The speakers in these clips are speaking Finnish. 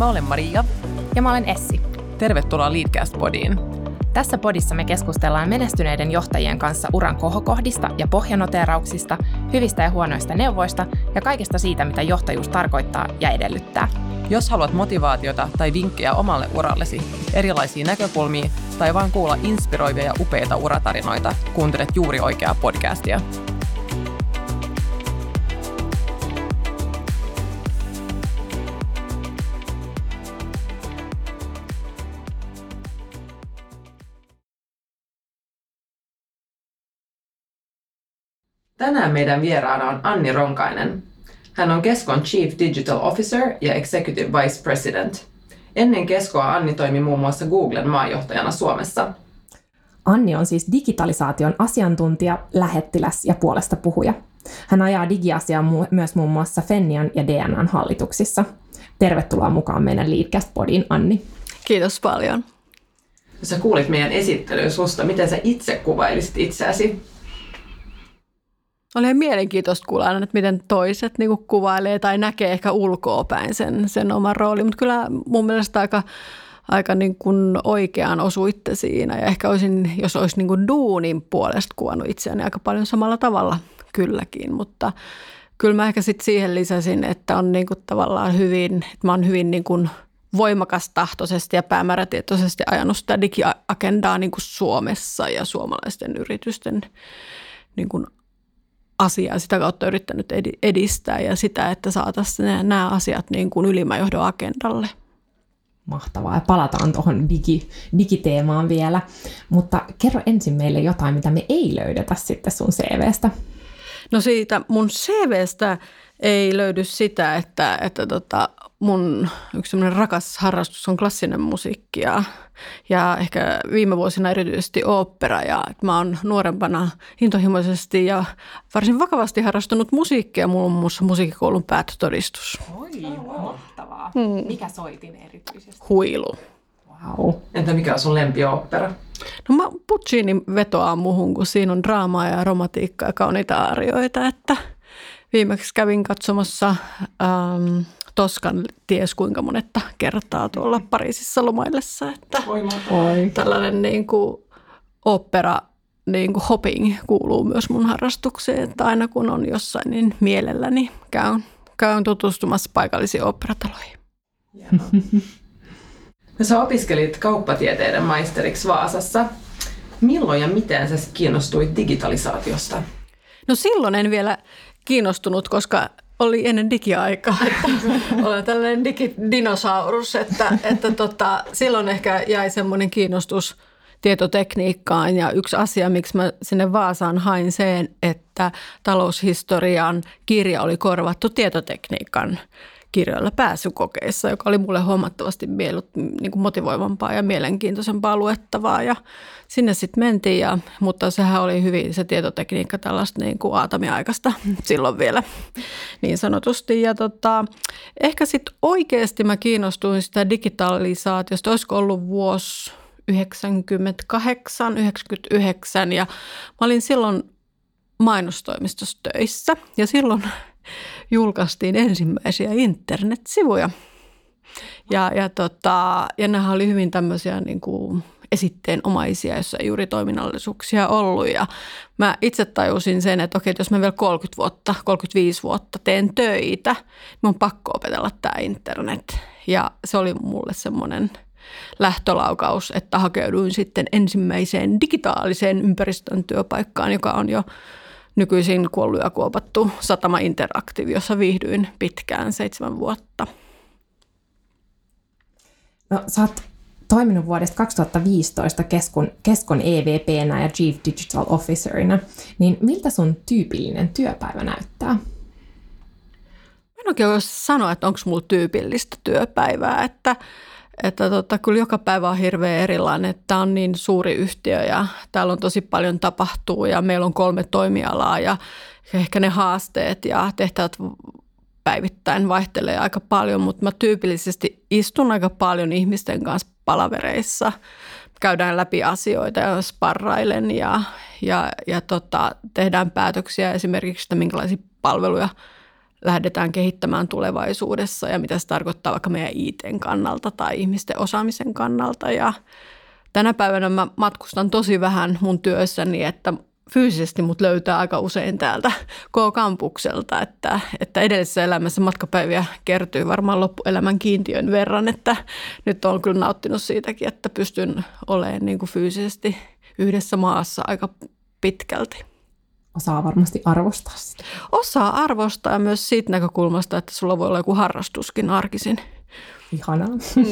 Mä olen Maria. Ja mä olen Essi. Tervetuloa Leadcast-podiin. Tässä podissa me keskustellaan menestyneiden johtajien kanssa uran kohokohdista ja pohjanoteerauksista, hyvistä ja huonoista neuvoista ja kaikesta siitä, mitä johtajuus tarkoittaa ja edellyttää. Jos haluat motivaatiota tai vinkkejä omalle urallesi, erilaisia näkökulmia tai vain kuulla inspiroivia ja upeita uratarinoita, kuuntelet juuri oikeaa podcastia. Tänään meidän vieraana on Anni Ronkainen. Hän on Keskon Chief Digital Officer ja Executive Vice President. Ennen Keskoa Anni toimi muun muassa Googlen maajohtajana Suomessa. Anni on siis digitalisaation asiantuntija, lähettiläs ja puolestapuhuja. Hän ajaa digiasiaa myös muun muassa Fennian ja DNAn hallituksissa. Tervetuloa mukaan meidän Leadcast-podiin, Anni. Kiitos paljon. Sä kuulit meidän esittelyyn susta. Miten sä itse kuvailisit itseäsi? Oli ihan mielenkiintoista kuulla aina, että miten toiset niin kuin kuvailee tai näkee ehkä ulkoapäin sen oman roolin. Mutta kyllä mun mielestä aika niin kuin oikeaan osuitte siinä. Ja ehkä jos olisi niin kuin duunin puolesta kuvannut itseäni aika paljon samalla tavalla kylläkin. Mutta kyllä mä ehkä sitten siihen lisäsin, että on niin kuin tavallaan että mä oon hyvin niin kuin voimakas tahtoisesti ja päämäärätietoisesti ajanut sitä digiagendaa niin kuin Suomessa ja suomalaisten yritysten niin kuin asiaa sitä kautta yrittänyt edistää ja sitä, että saataisiin nämä asiat niin kuin ylimmän johdon agendalle. Mahtavaa. Ja palataan tuohon digiteemaan vielä. Mutta kerro ensin meille jotain, mitä me ei löydetä sitten sun CVstä. No siitä mun CVstä ei löydy sitä, että mun yksi sellainen rakas harrastus on klassinen musiikki ja ehkä viime vuosina erityisesti ooppera. Ja mä oon nuorempana intohimoisesti ja varsin vakavasti harrastanut musiikkia. Mulla on muun musiikkikoulun päättötodistus. Oi, mahtavaa. Mikä soitin erityisesti? Huilu. Wow. Entä mikä on sun lempiooppera? No Puccini vetoaa muhun, kun siinä on draamaa ja romantiikkaa ja kauniita arioita. Että viimeksi kävin katsomassa Toskan ties kuinka monetta kertaa tuolla Pariisissa lomaillessa, että tällainen niin kuin opera niin kuin hopping kuuluu myös mun harrastukseen, että aina kun on jossain, niin mielelläni käyn tutustumassa paikallisiin oopperataloihin. No, sä opiskelit kauppatieteiden maisteriksi Vaasassa. Milloin ja miten sä kiinnostuit digitalisaatiosta? No silloin en vielä kiinnostunut, koska oli ennen digiaikaa, että olen tällainen digidinosaurus, että silloin ehkä jäi semmoinen kiinnostus tietotekniikkaan ja yksi asia, miksi mä sinne Vaasaan hain sen, että taloushistorian kirja oli korvattu tietotekniikan kirjoilla pääsykokeissa, joka oli mulle huomattavasti niin kuin motivoivampaa ja mielenkiintoisempaa luettavaa ja sinne sitten mentiin, mutta sehän oli hyvin se tietotekniikka tällaista niin kuin aatamiaikaista silloin vielä niin sanotusti ja ehkä sitten oikeasti mä kiinnostuin sitä digitalisaatiosta, olisiko ollut vuosi 98, 99 ja mä olin silloin mainostoimistossa töissä ja silloin julkaistiin ensimmäisiä internetsivuja. Ja nämä oli hyvin tämmöisiä niin kuin esitteenomaisia, joissa ei juuri toiminnallisuuksia ollut. Ja mä itse tajusin sen, että okei, että jos mä vielä 35 vuotta teen töitä, niin on pakko opetella tämä internet. Ja se oli mulle semmoinen lähtölaukaus, että hakeuduin sitten ensimmäiseen digitaaliseen ympäristön työpaikkaan, joka on jo nykyisin kuollut ja kuopattu Satama Interactive, jossa viihdyin pitkään 7 vuotta. No, sä oot toiminut vuodesta 2015 Keskon EVP:nä ja Chief Digital Officerina, niin miltä sun tyypillinen työpäivä näyttää? Mä en oikein voi sanoa, että onko mulla tyypillistä työpäivää, että kyllä joka päivä on hirveän erilainen, että tämä on niin suuri yhtiö ja täällä on tosi paljon tapahtuu ja meillä on 3 toimialaa ja ehkä ne haasteet ja tehtävät päivittäin vaihtelee aika paljon, mutta mä tyypillisesti istun aika paljon ihmisten kanssa palavereissa, käydään läpi asioita ja sparrailen ja tehdään päätöksiä esimerkiksi, että minkälaisia palveluja lähdetään kehittämään tulevaisuudessa ja mitä se tarkoittaa vaikka meidän IT:n kannalta tai ihmisten osaamisen kannalta. Ja tänä päivänä mä matkustan tosi vähän mun työssäni, että fyysisesti mut löytää aika usein täältä K-kampukselta, että edellisessä elämässä matkapäiviä kertyy varmaan loppuelämän kiintiön verran, että nyt olen kyllä nauttinut siitäkin, että pystyn olemaan niin kuin fyysisesti yhdessä maassa aika pitkälti. Osaa varmasti arvostaa sitä. Osaa arvostaa myös siitä näkökulmasta, että sulla voi olla joku harrastuskin arkisin. Ihanaa.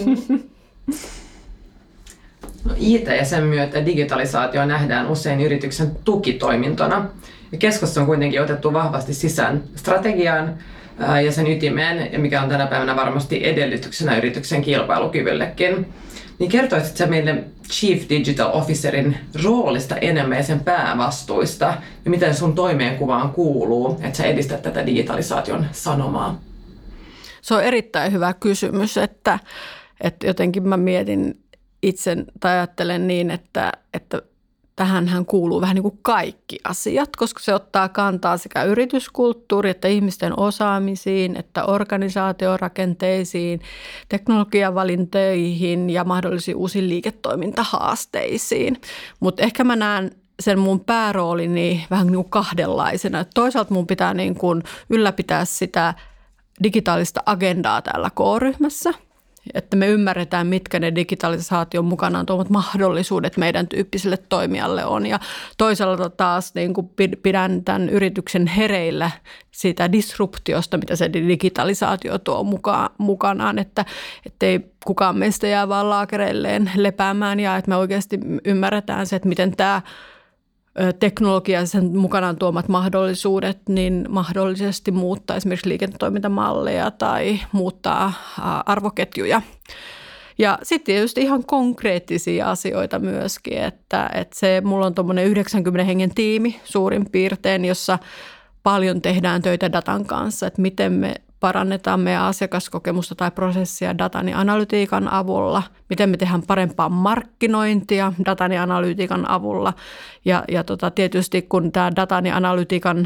No, IT ja sen myötä digitalisaatio nähdään usein yrityksen tukitoimintona. Ja keskossa on kuitenkin otettu vahvasti sisään strategiaan ja sen ytimeen, mikä on tänä päivänä varmasti edellytyksenä yrityksen kilpailukyvyllekin. Niin kertoisit sä meille Chief Digital Officerin roolista enemmän ja sen päävastuista ja miten sun toimeenkuvaan kuuluu, että sä edistät tätä digitalisaation sanomaa? Se on erittäin hyvä kysymys, että jotenkin mä mietin itse tai ajattelen niin, että tähänhän kuuluu vähän niin kuin kaikki asiat, koska se ottaa kantaa sekä yrityskulttuuri, että ihmisten osaamisiin, että organisaatiorakenteisiin, teknologiavalintoihin ja mahdollisiin uusiin liiketoimintahaasteisiin. Mutta ehkä mä näen sen mun pääroolini vähän niin kuin kahdenlaisena. Toisaalta mun pitää niin kuin ylläpitää sitä digitaalista agendaa täällä K-ryhmässä, että me ymmärretään, mitkä ne digitalisaation mukanaan tuomat mahdollisuudet meidän tyyppiselle toimijalle on. Ja toisaalta taas niin kuin pidän tämän yrityksen hereillä siitä disruptiosta, mitä se digitalisaatio tuo mukanaan, että ei kukaan meistä jää vaan laakereilleen lepäämään ja että me oikeasti ymmärretään se, että miten tämä teknologia ja sen mukanaan tuomat mahdollisuudet niin mahdollisesti muuttaa esimerkiksi liiketoimintamalleja tai muuttaa arvoketjuja. Ja sitten tietysti ihan konkreettisia asioita myöskin, että mulla on tuommoinen 90 hengen tiimi suurin piirtein, jossa paljon tehdään töitä datan kanssa, että miten me parannetaan meidän asiakaskokemusta tai prosessia datan ja analytiikan avulla, miten me tehdään parempaa markkinointia datan ja analytiikan avulla. Ja tietysti kun tämä datan ja analytiikan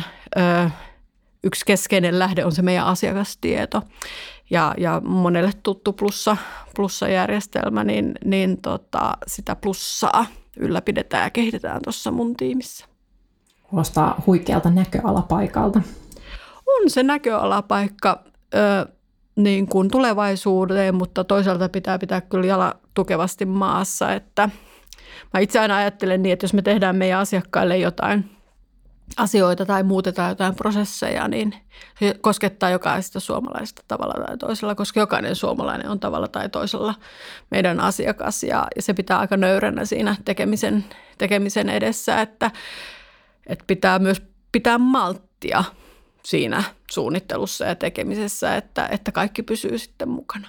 yksi keskeinen lähde on se meidän asiakastieto ja monelle tuttu plussajärjestelmä, niin sitä plussaa ylläpidetään ja kehitetään tuossa mun tiimissä. Kuulostaa huikealta näköalapaikalta. On se näköalapaikka niin kuin tulevaisuuteen, mutta toisaalta pitää kyllä jala tukevasti maassa. Että mä itse aina ajattelen niin, että jos me tehdään meidän asiakkaille jotain asioita tai muutetaan jotain prosesseja, niin se koskettaa jokaista suomalaista tavalla tai toisella, koska jokainen suomalainen on tavalla tai toisella meidän asiakas ja se pitää aika nöyränä siinä tekemisen edessä, että pitää myös pitää malttia siinä suunnittelussa ja tekemisessä, että kaikki pysyy sitten mukana.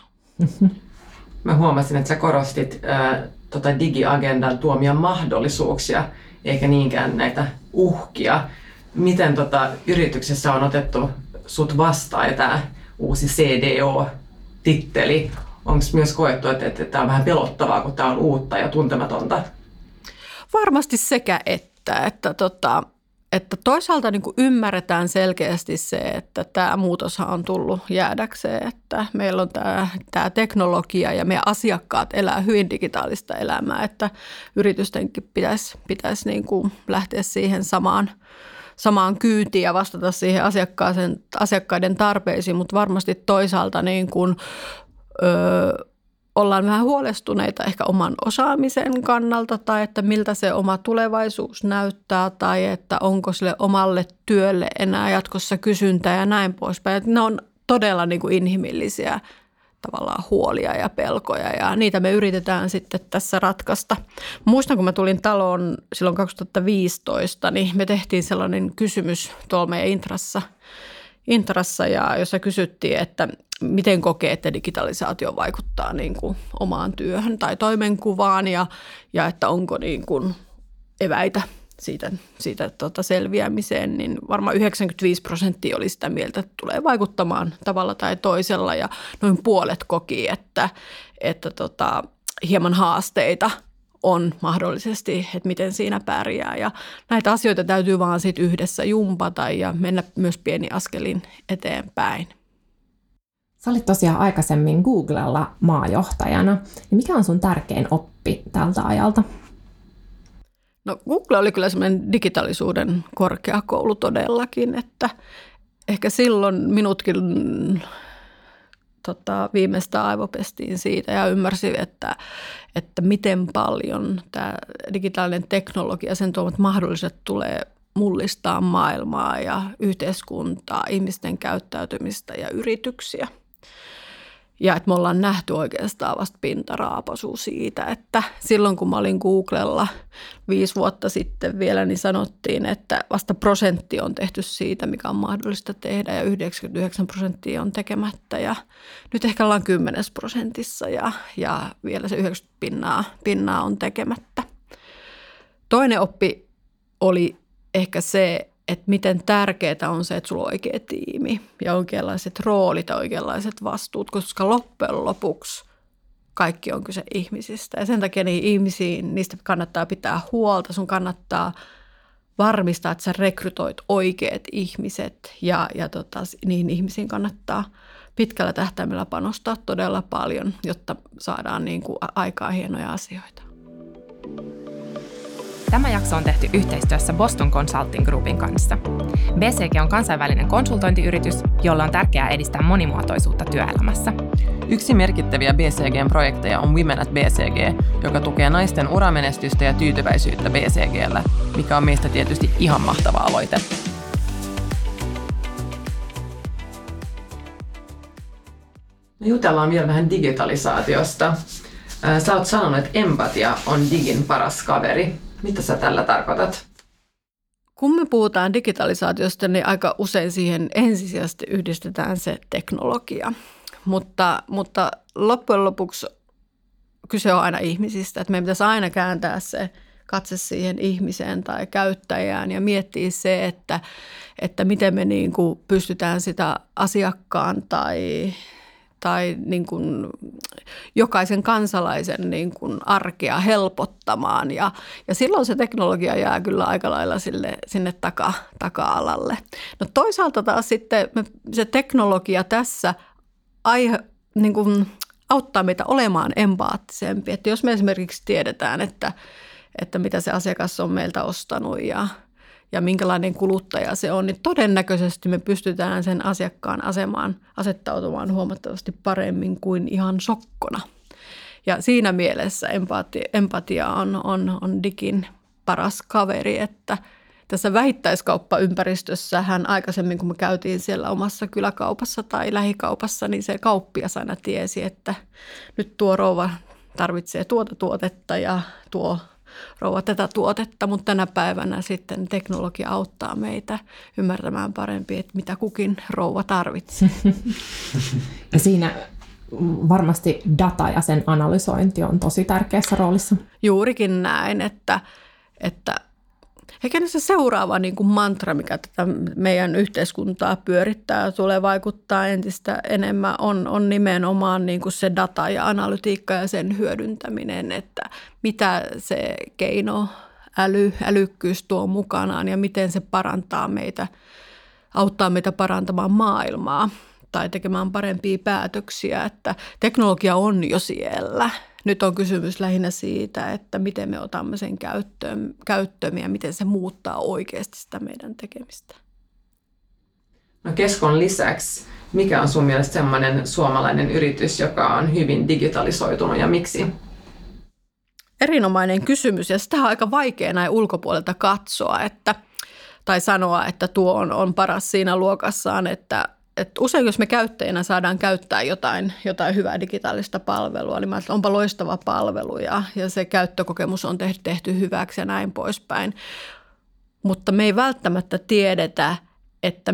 Mä huomasin, että sä korostit digiagendan tuomia mahdollisuuksia, eikä niinkään näitä uhkia. Miten yrityksessä on otettu sut vastaan ja tämä uusi CDO-titteli? Onko myös koettu, että tämä on vähän pelottavaa, kun tämä on uutta ja tuntematonta? Varmasti sekä että toisaalta niin kuin ymmärretään selkeästi se, että tämä muutoshan on tullut jäädäkseen, että meillä on tämä teknologia ja meidän asiakkaat elää hyvin digitaalista elämää, että yritystenkin pitäisi niin kuin lähteä siihen samaan kyytiin ja vastata siihen asiakkaiden tarpeisiin, mutta varmasti toisaalta niin kuin, ollaan vähän huolestuneita ehkä oman osaamisen kannalta tai että miltä se oma tulevaisuus näyttää tai että onko sille omalle työlle enää jatkossa kysyntää ja näin poispäin. Ne on todella niin kuin inhimillisiä tavallaan huolia ja pelkoja ja niitä me yritetään sitten tässä ratkaista. Muistan, kun mä tulin taloon silloin 2015, niin me tehtiin sellainen kysymys tuolla meidän Intrassa ja jossa kysyttiin, että miten kokee, että digitalisaatio vaikuttaa niin kuin omaan työhön tai toimenkuvaan ja että onko niin kuin eväitä siitä selviämiseen, niin varmaan 95% oli sitä mieltä, että tulee vaikuttamaan tavalla tai toisella ja noin puolet koki, että hieman haasteita on mahdollisesti, että miten siinä pärjää. Ja näitä asioita täytyy vaan sit yhdessä jumpata ja mennä myös pieni askelin eteenpäin. Sä olit tosiaan aikaisemmin Googlella maajohtajana. Mikä on sun tärkein oppi tältä ajalta? No Google oli kyllä semmoinen digitaalisuuden korkeakoulu todellakin, että ehkä silloin minutkin viimeistään aivopestiin siitä ja ymmärsin, että miten paljon tämä digitaalinen teknologia, sen tuomat mahdolliset tulee mullistaa maailmaa ja yhteiskuntaa, ihmisten käyttäytymistä ja yrityksiä. Ja että me ollaan nähty oikeastaan vasta pintaraapasu siitä, että silloin kun mä olin Googlella 5 vuotta sitten vielä, niin sanottiin, että vasta 1% on tehty siitä, mikä on mahdollista tehdä ja 99% on tekemättä. Ja nyt ehkä ollaan 10% ja vielä se 90% on tekemättä. Toinen oppi oli ehkä se, että miten tärkeää on se, että sulla on oikea tiimi ja oikeanlaiset roolit ja oikeanlaiset vastuut, koska loppujen lopuksi kaikki on kyse ihmisistä. Ja sen takia niistä kannattaa pitää huolta, sun kannattaa varmistaa, että sä rekrytoit oikeat ihmiset ja niihin ihmisiin kannattaa pitkällä tähtäimellä panostaa todella paljon, jotta saadaan niin kuin aikaan hienoja asioita. Tämä jakso on tehty yhteistyössä Boston Consulting Groupin kanssa. BCG on kansainvälinen konsultointiyritys, jolla on tärkeää edistää monimuotoisuutta työelämässä. Yksi merkittäviä BCG:n projekteja on Women at BCG, joka tukee naisten uramenestystä ja tyytyväisyyttä BCG:llä, mikä on meistä tietysti ihan mahtava aloite. Me jutellaan vielä vähän digitalisaatiosta. Sä oot sanonut, että empatia on digin paras kaveri. Mitä sä tällä tarkoitat? Kun me puhutaan digitalisaatiosta, niin aika usein siihen ensisijaisesti yhdistetään se teknologia. Mutta loppujen lopuksi kyse on aina ihmisistä. Että meidän pitäisi aina kääntää se katse siihen ihmiseen tai käyttäjään ja miettiä se, että miten me niin kuin pystytään sitä asiakkaan tai niin kuin jokaisen kansalaisen niin kuin arkea helpottamaan. Ja silloin se teknologia jää kyllä aika lailla sinne taka-alalle. No toisaalta taas sitten se teknologia tässä niin kuin auttaa meitä olemaan empaattisempia. Että jos me esimerkiksi tiedetään, että mitä se asiakas on meiltä ostanut ja minkälainen kuluttaja se on, niin todennäköisesti me pystytään sen asiakkaan asemaan asettautumaan huomattavasti paremmin kuin ihan sokkona. Ja siinä mielessä empatia on digin paras kaveri, että tässä vähittäiskauppaympäristössähän aikaisemmin, kun me käytiin siellä omassa kyläkaupassa tai lähikaupassa, niin se kauppias aina tiesi, että nyt tuo rouva tarvitsee tuota tuotetta ja tuo rouva tätä tuotetta, mutta tänä päivänä sitten teknologia auttaa meitä ymmärtämään paremmin, että mitä kukin rouva tarvitsee. Ja siinä varmasti data ja sen analysointi on tosi tärkeässä roolissa. Juurikin näin, että eikä se seuraava niin kuin mantra, mikä tätä meidän yhteiskuntaa pyörittää ja tulee vaikuttaa entistä enemmän, on nimenomaan niin kuin se data ja analytiikka ja sen hyödyntäminen, että mitä se älykkyys tuo mukanaan ja miten se auttaa meitä parantamaan maailmaa tai tekemään parempia päätöksiä, että teknologia on jo siellä. Nyt on kysymys lähinnä siitä, että miten me otamme sen käyttöön ja miten se muuttaa oikeasti sitä meidän tekemistä. No Keskon lisäksi, mikä on sun mielestä sellainen suomalainen yritys, joka on hyvin digitalisoitunut ja miksi? Erinomainen kysymys ja sitä on aika vaikea näin ulkopuolelta katsoa tai sanoa, että tuo on paras siinä luokassaan, että usein jos me käyttäjänä saadaan käyttää jotain hyvää digitaalista palvelua, niin onpa loistava palvelu ja se käyttökokemus on tehty hyväksi ja näin poispäin. Mutta me ei välttämättä tiedetä, että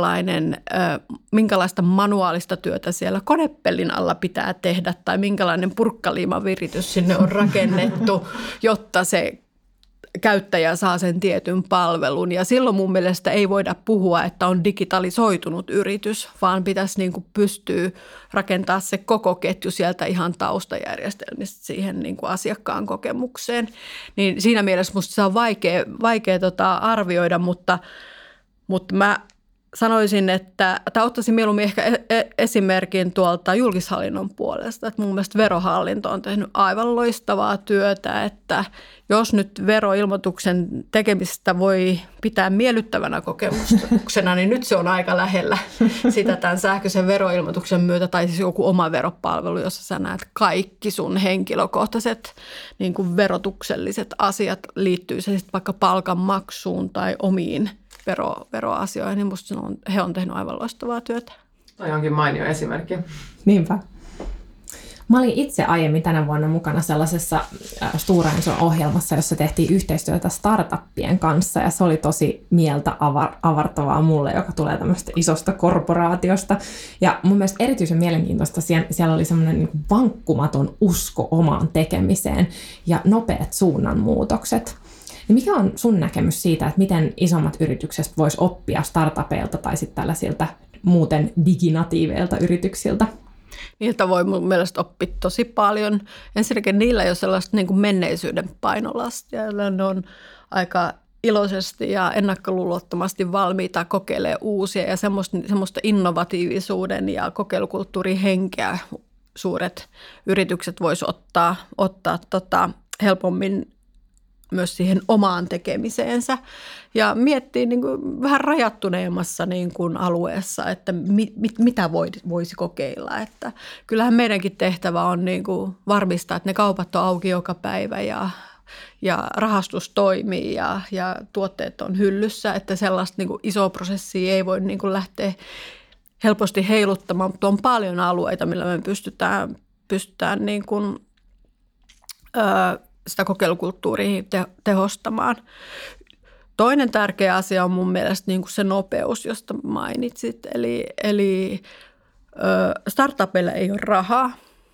minkälaista manuaalista työtä siellä konepellin alla pitää tehdä tai minkälainen purkkaliimaviritys sinne on rakennettu, jotta se käyttäjä saa sen tietyn palvelun. Ja silloin mun mielestä ei voida puhua, että on digitalisoitunut yritys, vaan pitäisi niin kuin pystyä rakentamaan se koko ketju sieltä ihan taustajärjestelmistä siihen niin kuin asiakkaan kokemukseen. Niin siinä mielessä musta se on vaikea arvioida, mutta mä sanoisin, tai ottaisin mieluummin ehkä esimerkin tuolta julkishallinnon puolesta, että mun mielestä verohallinto on tehnyt aivan loistavaa työtä, että jos nyt veroilmoituksen tekemistä voi pitää miellyttävänä kokemuksena, niin nyt se on aika lähellä sitä tämän sähköisen veroilmoituksen myötä, tai siis joku oma veropalvelu, jossa sä näet kaikki sun henkilökohtaiset niin kuin verotukselliset asiat, liittyy se sitten vaikka palkanmaksuun tai omiin veroasioihin, niin musta he on tehnyt aivan loistavaa työtä. Toi onkin mainio esimerkki. Niinpä. Mä olin itse aiemmin tänä vuonna mukana sellaisessa Stora Enso-ohjelmassa, jossa tehtiin yhteistyötä startuppien kanssa, ja se oli tosi mieltä avartavaa mulle, joka tulee tämmöistä isosta korporaatiosta. Ja mun mielestä erityisen mielenkiintoista siellä oli semmoinen niin kuin vankkumaton usko omaan tekemiseen ja nopeat suunnanmuutokset. Ja mikä on sun näkemys siitä, että miten isommat yritykset vois oppia startupeilta tai sitten tällaisilta muuten diginatiiveilta yrityksiltä? Niiltä voi mun mielestä oppia tosi paljon. Ensinnäkin niillä ei ole sellaista niin kuin menneisyyden painolastia. Ne on aika iloisesti ja ennakkoluulottomasti valmiita kokeilemaan uusia ja semmoista innovatiivisuuden ja kokeilukulttuurin henkeä suuret yritykset vois ottaa helpommin myös siihen omaan tekemiseensä ja miettiä niin kuin vähän rajattuneemmassa niin kuin alueessa, että mitä voisi kokeilla. Että kyllähän meidänkin tehtävä on niin kuin varmistaa, että ne kaupat on auki joka päivä ja rahastus toimii ja tuotteet on hyllyssä, että sellaista niin kuin isoa prosessia ei voi niin kuin lähteä helposti heiluttamaan, mutta on paljon alueita, millä me pystytään niin kuin, sitä kokeilukulttuuria tehostamaan. Toinen tärkeä asia on mun mielestä niin kuin se nopeus, josta mainitsit. Eli startupeilla ei ole rahaa.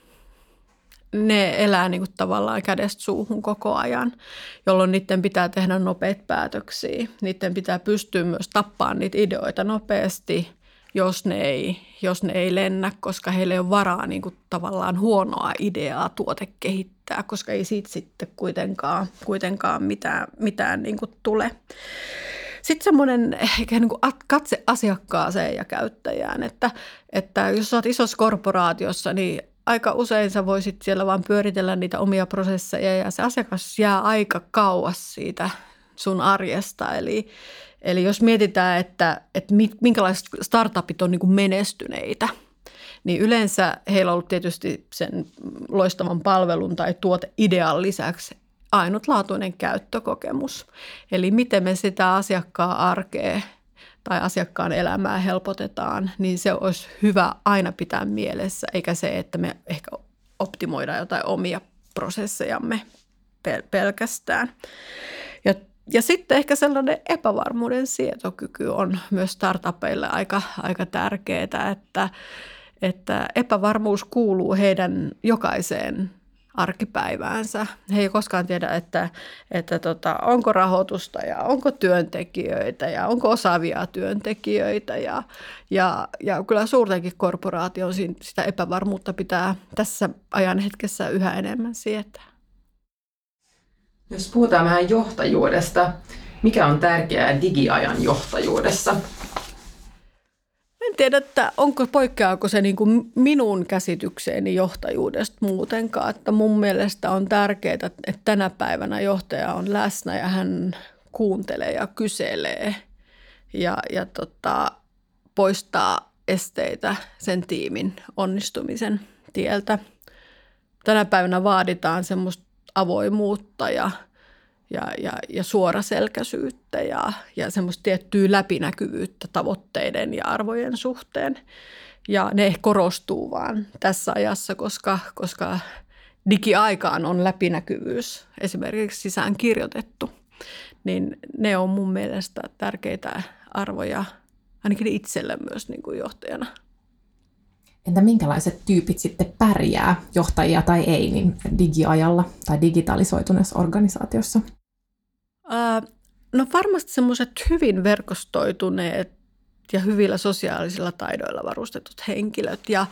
Ne elää niin kuin tavallaan kädestä suuhun koko ajan, jolloin niiden pitää tehdä nopeita päätöksiä. Niiden pitää pystyä myös tappaamaan niitä ideoita nopeasti, jos ne ei lennä, koska heillä ei ole varaa niin kuin tavallaan huonoa ideaa tuotekehittää, koska ei siitä sitten kuitenkaan mitään niin kuin tule. Sitten semmoinen ehkä niin kuin katse asiakkaaseen ja käyttäjään, että jos olet isossa korporaatiossa, niin aika usein sä voisit siellä vaan pyöritellä niitä omia prosesseja ja se asiakas jää aika kauas siitä sun arjesta. Eli jos mietitään, että minkälaiset startupit on niin kuin menestyneitä, niin yleensä heillä on ollut tietysti sen loistavan palvelun tai tuoteidean lisäksi ainutlaatuinen käyttökokemus. Eli miten me sitä asiakkaan arkea tai asiakkaan elämää helpotetaan, niin se olisi hyvä aina pitää mielessä, eikä se, että me ehkä optimoidaan jotain omia prosessejamme pelkästään. Ja sitten ehkä sellainen epävarmuuden sietokyky on myös startupeille aika tärkeää, että epävarmuus kuuluu heidän jokaiseen arkipäiväänsä. He ei koskaan tiedä, että onko rahoitusta ja onko työntekijöitä ja onko osaavia työntekijöitä. Ja kyllä suurtenkin korporaation sitä epävarmuutta pitää tässä ajan hetkessä yhä enemmän sietää. Jos puhutaan vähän johtajuudesta, mikä on tärkeää digiajan johtajuudessa? En tiedä, että poikkeaako se niin kuin minun käsitykseeni johtajuudesta muutenkaan. Että mun mielestä on tärkeää, että tänä päivänä johtaja on läsnä ja hän kuuntelee ja kyselee ja poistaa esteitä sen tiimin onnistumisen tieltä. Tänä päivänä vaaditaan semmoista avoimuutta ja suoraselkäisyyttä ja semmoista tiettyä läpinäkyvyyttä tavoitteiden ja arvojen suhteen. Ja ne korostuu vaan tässä ajassa, koska digiaikaan on läpinäkyvyys esimerkiksi sisään kirjoitettu. Niin ne on mun mielestä tärkeitä arvoja ainakin itselle myös niin kuin johtajana. Entä minkälaiset tyypit sitten pärjää, johtajia tai ei, niin digiajalla tai digitalisoituneessa organisaatiossa? No varmasti semmoiset hyvin verkostoituneet ja hyvillä sosiaalisilla taidoilla varustetut henkilöt. Ja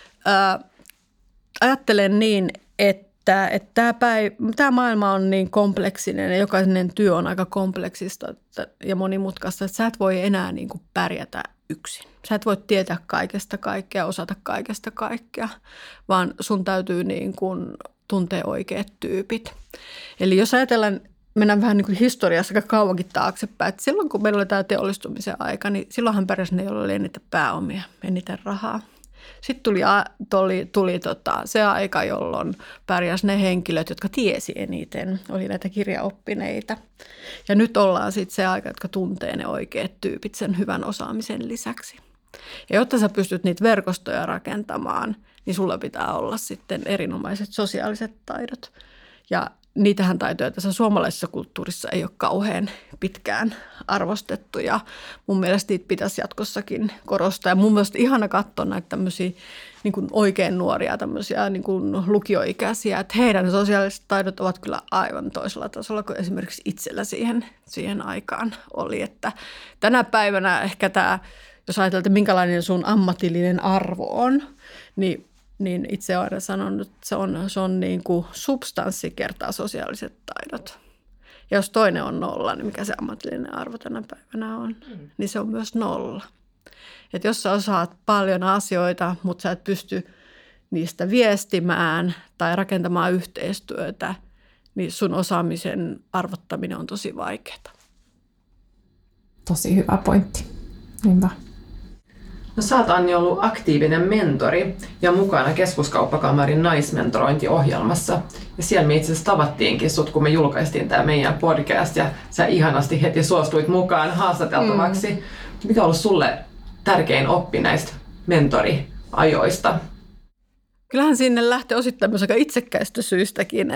ajattelen niin, että tämä maailma on niin kompleksinen ja jokainen työ on aika kompleksista ja monimutkaista, että sä et voi enää niin kuin pärjätä yksin. Sä et voi tietää kaikesta kaikkea, osata kaikesta kaikkea, vaan sun täytyy niin kuin tuntea oikeat tyypit. Eli jos ajatellaan, mennään vähän niin kuin historiassa aika kauankin taaksepäin, että silloin kun meillä oli tämä teollistumisen aika, niin silloinhan pärjäsi ne, joilla oli eniten pääomia, eniten rahaa. Sitten tuli se aika, jolloin pärjäsi ne henkilöt, jotka tiesi eniten, oli näitä kirjaoppineita. Ja nyt ollaan sitten se aika, jotka tuntee ne oikeat tyypit sen hyvän osaamisen lisäksi. Ja jotta sä pystyt niitä verkostoja rakentamaan, niin sulla pitää olla sitten erinomaiset sosiaaliset taidot. Ja niitähän taitoja tässä suomalaisessa kulttuurissa ei ole kauhean pitkään arvostettu ja mun mielestä niitä pitäisi jatkossakin korostaa. Ja mun mielestä ihana katsoa näitä tämmöisiä niin kuin oikein nuoria, tämmöisiä niin kuin lukioikäisiä, että heidän sosiaaliset taidot ovat kyllä aivan toisella tasolla kuin esimerkiksi itsellä siihen aikaan oli. Että tänä päivänä ehkä tämä, jos ajatellaan, että minkälainen sun ammatillinen arvo on, niin itse olen aina sanonut, että se on niin kuin substanssi kertaa sosiaaliset taidot. Ja jos toinen on 0, niin mikä se ammatillinen arvo tänä päivänä on, niin se on myös 0. Että jos sä osaat paljon asioita, mutta sä et pysty niistä viestimään tai rakentamaan yhteistyötä, niin sun osaamisen arvottaminen on tosi vaikeaa. Tosi hyvä pointti. Niinpä. No, sä oot, Anni, ollut aktiivinen mentori ja mukana Keskuskauppakamarin naismentorointiohjelmassa. Ja siellä me itse asiassa tavattiinkin sut, kun me julkaistiin tämä meidän podcast ja sä ihanasti heti suostuit mukaan haastateltavaksi. Mikä on ollut sulle tärkein oppi näistä mentoriajoista? Kyllähän sinne lähtee osittain myös aika itsekkäistä syystäkin,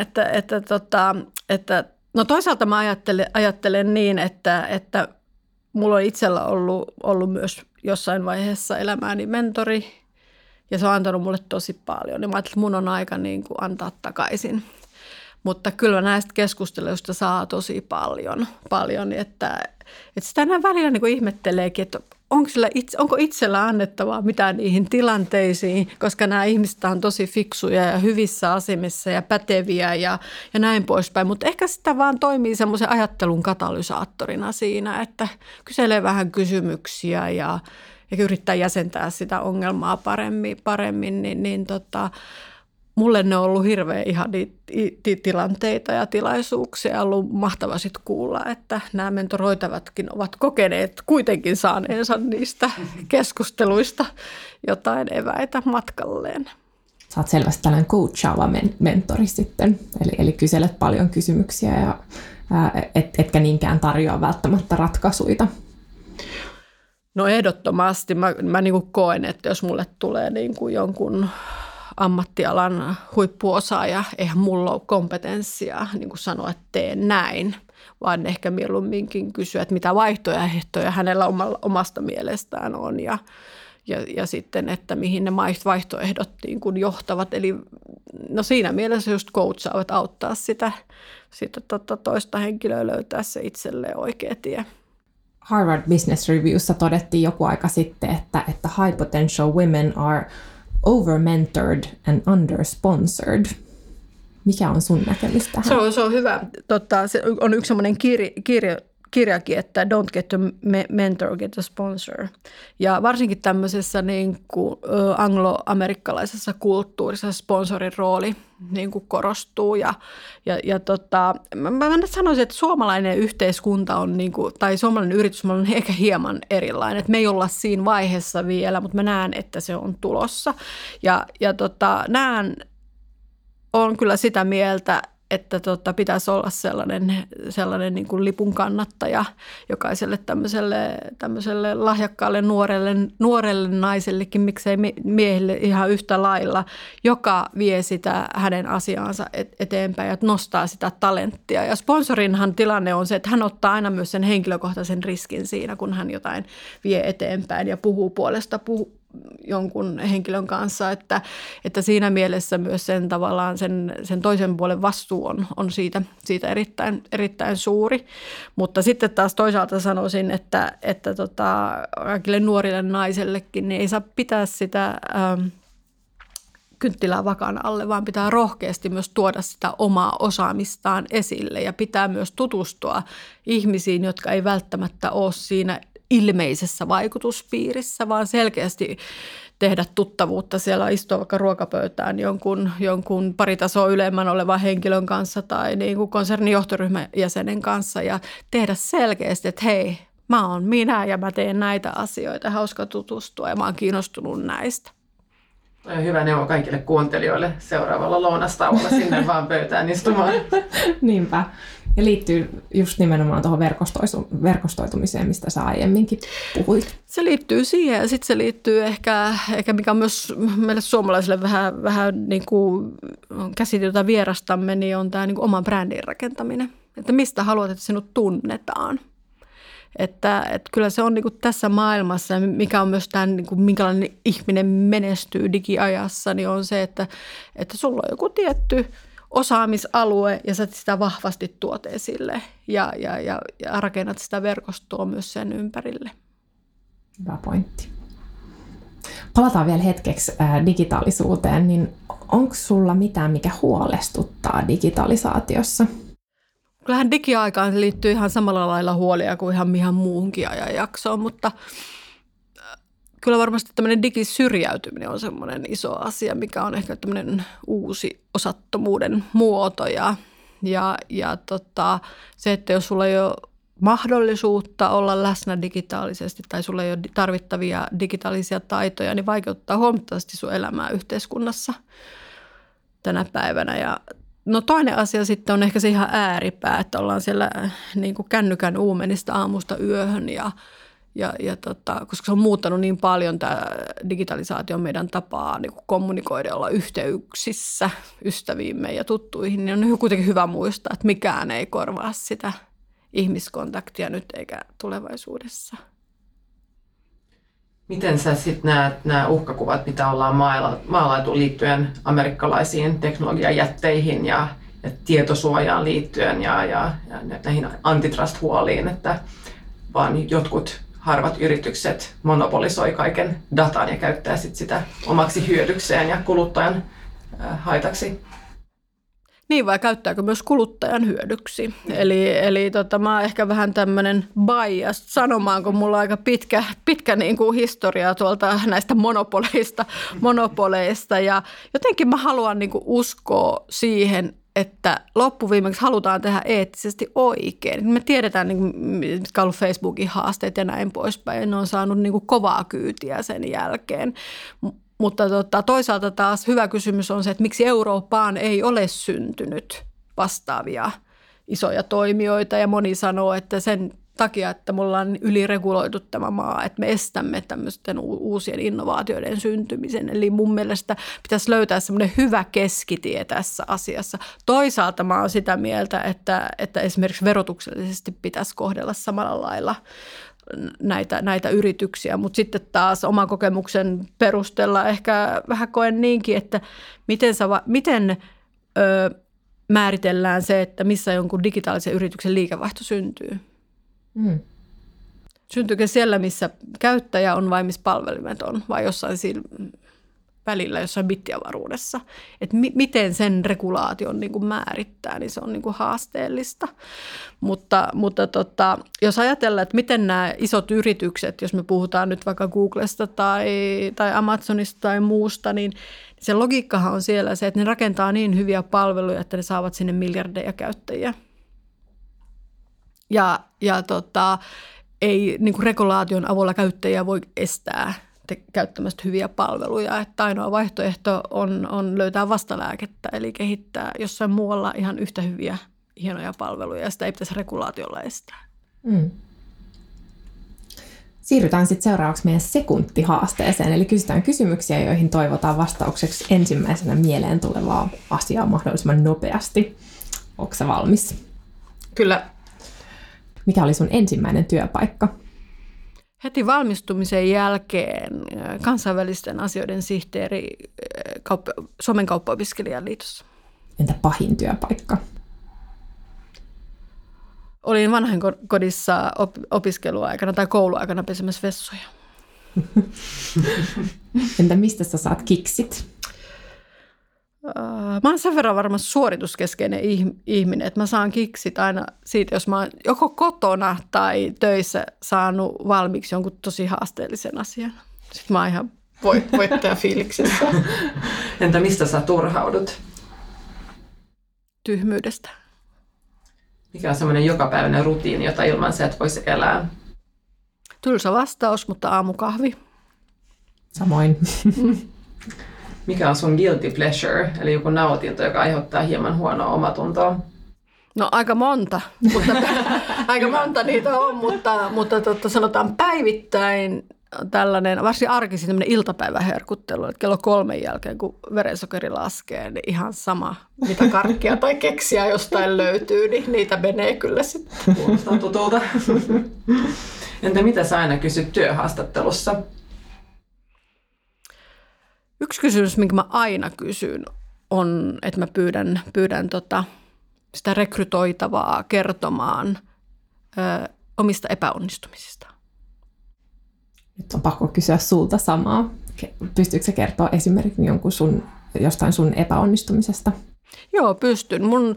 että no toisaalta mä ajattelen niin, että mulla on itsellä ollut myös jossain vaiheessa elämääni mentori ja se on antanut mulle tosi paljon. Ja mä ajattelin, että mun on aika niin kuin antaa takaisin. Mutta kyllä näistä keskusteluista saa tosi paljon että sitä näin välillä niin kuin ihmetteleekin, että onko itsellä annettavaa mitään niihin tilanteisiin, koska nämä ihmiset on tosi fiksuja ja hyvissä asemissa ja päteviä ja näin poispäin. Mutta ehkä sitä vaan toimii semmoisen ajattelun katalysaattorina siinä, että kyselee vähän kysymyksiä ja yrittää jäsentää sitä ongelmaa paremmin niin mulle ne on ollut hirveän ihania tilanteita ja tilaisuuksia ja ollut mahtava sitten kuulla, että nämä mentoroitavatkin ovat kokeneet kuitenkin saaneensa niistä keskusteluista jotain eväitä matkalleen. Sä oot selvästi tällainen coachaava mentori sitten, eli kyselet paljon kysymyksiä ja etkä niinkään tarjoa välttämättä ratkaisuja. No ehdottomasti. Mä niin kuin koen, että jos mulle tulee niin kuin jonkun ammattialan huippuosaaja, eihän mulla ole kompetenssia niin kuin sanoa, että teen näin, vaan ehkä mieluumminkin kysyä, että mitä vaihtoehtoja hänellä omasta mielestään on ja sitten, että mihin ne vaihtoehdot niin kuin johtavat. Eli no siinä mielessä just coachaavat auttaa sitä toista henkilöä löytää se itselleen oikea tie. Harvard Business Reviewssa todettiin joku aika sitten, että high potential women are over-mentored and under-sponsored. Mikä on sun näkemys tähän? Se on hyvä. Se on yksi sellainen kirjakin, että don't get a mentor, get a sponsor. Ja varsinkin tämmöisessä niin kuin angloamerikkalaisessa kulttuurissa sponsorin rooli niin kuin korostuu. Mä sanoisin, että suomalainen yhteiskunta on, niin kuin, tai suomalainen yritys on ehkä hieman erilainen. Että me ei olla siinä vaiheessa vielä, mutta mä näen, että se on tulossa. On kyllä sitä mieltä, että pitäisi olla sellainen niin kuin lipun kannattaja jokaiselle tämmöiselle lahjakkaalle nuorelle naisellekin, miksei miehille ihan yhtä lailla, joka vie sitä hänen asiaansa eteenpäin ja nostaa sitä talenttia. Ja sponsorinhan tilanne on se, että hän ottaa aina myös sen henkilökohtaisen riskin siinä, kun hän jotain vie eteenpäin ja puhuu jonkun henkilön kanssa, että siinä mielessä myös sen tavallaan sen toisen puolen vastuu on siitä erittäin suuri. Mutta sitten taas toisaalta sanoisin, että kaikille nuorille naisellekin niin ei saa pitää sitä kynttilää vakan alle, vaan pitää rohkeasti myös tuoda sitä omaa osaamistaan esille ja pitää myös tutustua ihmisiin, jotka ei välttämättä ole siinä ilmeisessä vaikutuspiirissä, vaan selkeästi tehdä tuttavuutta siellä, istua vaikka ruokapöytään jonkun pari tasoa ylemmän olevan henkilön kanssa tai niin kuin konsernin johtoryhmän jäsenen kanssa ja tehdä selkeästi, että hei, mä oon minä ja mä teen näitä asioita, hauska tutustua ja mä oon kiinnostunut näistä. Hyvä neuvo kaikille kuuntelijoille seuraavalla lounastauolla sinne vaan pöytään istumaan. Niinpä. Ja liittyy just nimenomaan tuohon verkostoitumiseen, mistä sä aiemminkin puhuit. Se liittyy siihen ja sitten se liittyy ehkä mikä on myös meille suomalaisille vähän niin kuin käsitellä vierastamme, niin on tämä niin kuin oman brändin rakentaminen. Että mistä haluat, että sinut tunnetaan. Että kyllä se on niin kuin tässä maailmassa, mikä on myös tämä, niin kuin minkälainen ihminen menestyy digiajassa, niin on se, että sulla on joku tietty osaamisalue ja sä sitä vahvasti tuot esille ja rakennat sitä verkostoa myös sen ympärille. Hyvä pointti. Palataan vielä hetkeksi digitaalisuuteen, niin onko sulla mitään, mikä huolestuttaa digitalisaatiossa? Kyllähän digiaikaan liittyy ihan samalla lailla huolia kuin ihan muuhunkin ajanjaksoon, mutta kyllä varmasti tämmöinen digisyrjäytyminen on semmoinen iso asia, mikä on ehkä tämmöinen uusi osattomuuden muoto ja se, että jos sulla ei ole mahdollisuutta olla läsnä digitaalisesti tai sulla ei ole tarvittavia digitaalisia taitoja, niin vaikeuttaa huomattavasti sun elämää yhteiskunnassa tänä päivänä. Ja no toinen asia sitten on ehkä se ihan ääripää, että ollaan siellä niin kuin kännykän uumenista aamusta yöhön koska se on muuttanut niin paljon tämä digitalisaatio meidän tapaa niin kuin kommunikoida, olla yhteyksissä ystäviimme ja tuttuihin, niin on kuitenkin hyvä muistaa, että mikään ei korvaa sitä ihmiskontaktia nyt eikä tulevaisuudessa. Miten sä sitten näet nämä uhkakuvat, mitä ollaan maalailtu liittyen amerikkalaisiin teknologiajätteihin ja tietosuojaan liittyen ja näihin antitrust-huoliin, että vaan jotkut harvat yritykset monopolisoi kaiken datan ja käyttää sitä omaksi hyödykseen ja kuluttajan haitaksi? Niin, vai käyttääkö myös kuluttajan hyödyksi? Eli mä oon ehkä vähän tämmöinen biased sanomaan, kun mulla on aika pitkä niin kuin historia tuolta näistä monopoleista ja jotenkin mä haluan niin kuin uskoa siihen, että loppuviimeksi halutaan tehdä eettisesti oikein. Me tiedetään, mitkä on ollut Facebookin haasteet ja näin poispäin. Ne on saanut niin kuin kovaa kyytiä sen jälkeen. Mutta toisaalta taas hyvä kysymys on se, että miksi Eurooppaan ei ole syntynyt vastaavia isoja toimijoita. Ja moni sanoo, että sen takia, että me ollaan ylireguloitu tämä maa, että me estämme tämmöisten uusien innovaatioiden syntymisen. Eli mun mielestä pitäisi löytää semmoinen hyvä keskitie tässä asiassa. Toisaalta mä oon sitä mieltä, että esimerkiksi verotuksellisesti pitäisi kohdella samalla lailla näitä yrityksiä, mutta sitten taas oman kokemuksen perusteella ehkä vähän koen niinkin, että miten määritellään se, että missä jonkun digitaalisen yrityksen liikevaihto syntyy. Syntyykö siellä, missä käyttäjä on vai missä palvelimet on vai jossain siinä välillä, jossain bittiavaruudessa. Että miten sen regulaation niin kuin määrittää, niin se on niin kuin haasteellista. Mutta jos ajatellaan, että miten nämä isot yritykset, jos me puhutaan nyt vaikka Googlesta tai Amazonista tai muusta, niin se logiikkahan on siellä se, että ne rakentaa niin hyviä palveluja, että ne saavat sinne miljardeja käyttäjiä. Ja ei niin kuin regulaation avulla käyttäjiä voi estää käyttämästä hyviä palveluja. Että ainoa vaihtoehto on löytää vastalääkettä, eli kehittää jossain muualla ihan yhtä hyviä, hienoja palveluja, ja sitä ei pitäisi regulaatiolla estää. Siirrytään sitten seuraavaksi meidän sekuntihaasteeseen, eli kysytään kysymyksiä, joihin toivotaan vastaukseksi ensimmäisenä mieleen tulevaa asiaa mahdollisimman nopeasti. Oletko sä valmis? Kyllä. Mikä oli sun ensimmäinen työpaikka? Heti valmistumisen jälkeen kansainvälisten asioiden sihteeri Suomen kauppaopiskelijaliitossa. Entä pahin työpaikka? Olin vanhainkodissa opiskeluaikana tai kouluaikana pesemässä vessoja. Entä mistä sä saat kiksit? Mä oon sen verran varmaan suorituskeskeinen ihminen, että mä saan kiksit aina siitä, jos mä oon joko kotona tai töissä saanut valmiiksi jonkun tosi haasteellisen asian. Sitten mä oon ihan voittajafiiliksissä. Entä mistä sä turhaudut? Tyhmyydestä. Mikä on semmoinen jokapäiväinen rutiini, jota ilman sä et voisi elää? Tylsä vastaus, mutta aamukahvi. Samoin. Mikä on sun guilty pleasure, eli joku nautinto, joka aiheuttaa hieman huonoa omatuntoa? No aika monta, aika monta niitä on, mutta sanotaan päivittäin tällainen, varsin arkisin tämmöinen iltapäiväherkuttelu, että kello 3 jälkeen, kun verensokeri laskee, niin ihan sama, mitä karkkia tai keksiä jostain löytyy, niin niitä menee kyllä sitten. Kuulostaa tutulta. Entä mitä sä aina kysyt työhaastattelussa? Yksi kysymys, minkä mä aina kysyn, on, että mä pyydän sitä rekrytoitavaa kertomaan omista epäonnistumisista. Nyt on pakko kysyä sulta samaa. Pystyykö sä kertoa esimerkiksi jostain sun epäonnistumisesta? Joo, pystyn. Mun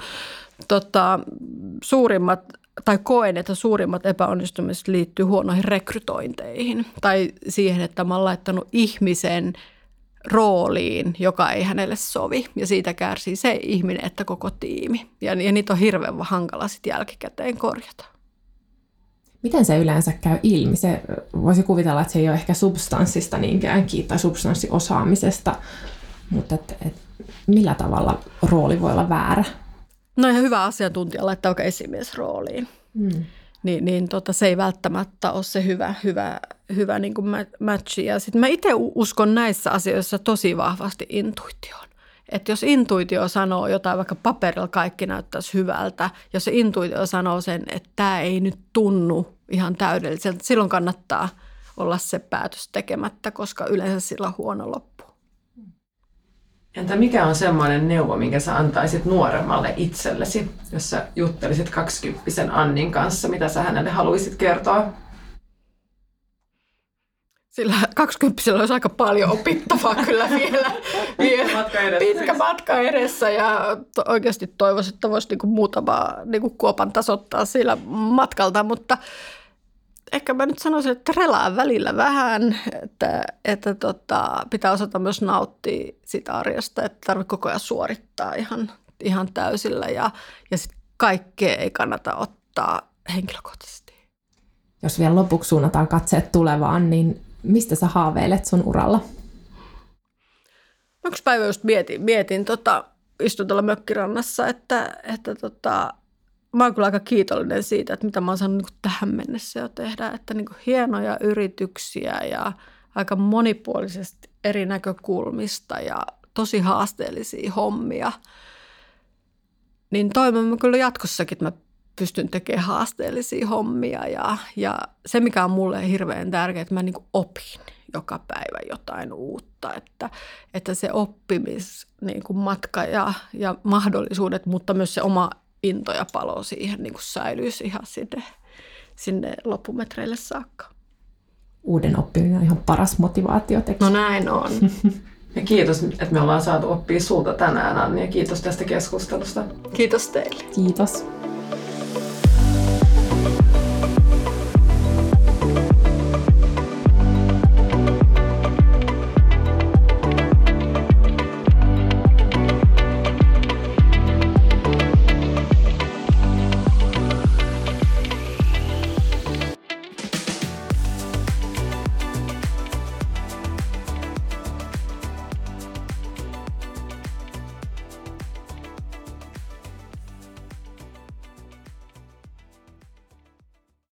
koen, että suurimmat epäonnistumiset liittyy huonoihin rekrytointeihin tai siihen, että mä oon laittanut ihmisen rooliin, joka ei hänelle sovi. Ja siitä kärsii se ihminen, että koko tiimi. Ja niitä on hirveän hankala sitten jälkikäteen korjata. Miten se yleensä käy ilmi? Se voisi kuvitella, että se ei ole ehkä substanssista niinkään tai substanssiosaamisesta, mutta millä tavalla rooli voi olla väärä? No ihan hyvä asiantuntija laittaa oikein esimiesrooliin. Se ei välttämättä ole se hyvä niin kuin matchi. Ja sitten mä itse uskon näissä asioissa tosi vahvasti intuitioon. Että jos intuitio sanoo jotain, vaikka paperilla kaikki näyttäisi hyvältä, jos se intuitio sanoo sen, että tämä ei nyt tunnu ihan täydelliseltä, silloin kannattaa olla se päätös tekemättä, koska yleensä sillä on huono loppu. Entä mikä on semmoinen neuvo, minkä sä antaisit nuoremmalle itsellesi, jos sä juttelisit 20-vuotiaan Annin kanssa, mitä sä hänelle haluaisit kertoa? Sillä 20-vuotiaalla olisi aika paljon opittavaa kyllä vielä. Pitkä matka edessä ja oikeasti toivoisin, että voisi muutamaa kuopan tasoittaa sillä matkalta, mutta ehkä mä nyt sanoisin, että relaa välillä vähän, että pitää osata myös nauttia sitä arjesta, että tarvitse koko ajan suorittaa ihan täysillä ja sitten kaikkea ei kannata ottaa henkilökohtaisesti. Jos vielä lopuksi suunnataan katseet tulevaan, niin mistä sä haaveilet sun uralla? Yksi päivä just mietin istun tuolla mökkirannassa, että mä oon kyllä aika kiitollinen siitä, että mitä mä oon saanut niin tähän mennessä jo tehdä, että niin hienoja yrityksiä ja aika monipuolisesti eri näkökulmista ja tosi haasteellisia hommia. Niin toivon kyllä jatkossakin, että mä pystyn tekemään haasteellisia hommia ja se, mikä on mulle hirveän tärkeää, että mä niin opin joka päivä jotain uutta, että se oppimismatka ja mahdollisuudet, mutta myös se oma into ja palo siihen niin säilyisi ihan sinne loppumetreille saakka. Uuden oppiminen on ihan paras motivaatiotekijä. No näin on. Ja kiitos, että me ollaan saatu oppia sulta tänään, Anni, ja kiitos tästä keskustelusta. Kiitos teille. Kiitos.